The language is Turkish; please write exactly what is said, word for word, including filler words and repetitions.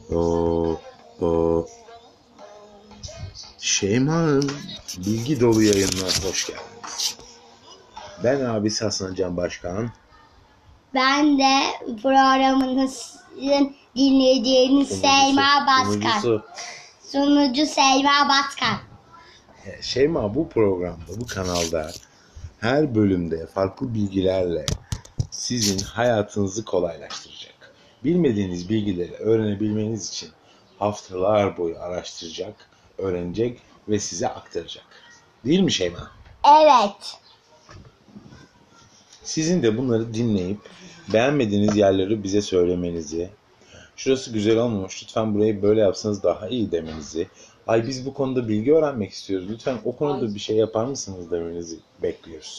O, o. Şeyma'nın bilgi dolu yayınına hoş geldiniz. Ben abisi Hasan Can Başkan. Ben de programınızın dinleyeceğiniz Sunucusu, Selma Baskar. Sunucusu. Sunucu Selma Baskar. Şeyma bu programda, bu kanalda her bölümde farklı bilgilerle sizin hayatınızı kolaylaştıracak. Bilmediğiniz bilgileri öğrenebilmeniz için haftalar boyu araştıracak, öğrenecek ve size aktaracak. Değil mi Şeyma? Evet. Sizin de bunları dinleyip beğenmediğiniz yerleri bize söylemenizi, şurası güzel olmamış, lütfen burayı böyle yapsanız daha iyi demenizi, ay biz bu konuda bilgi öğrenmek istiyoruz, lütfen o konuda bir şey yapar mısınız demenizi bekliyoruz.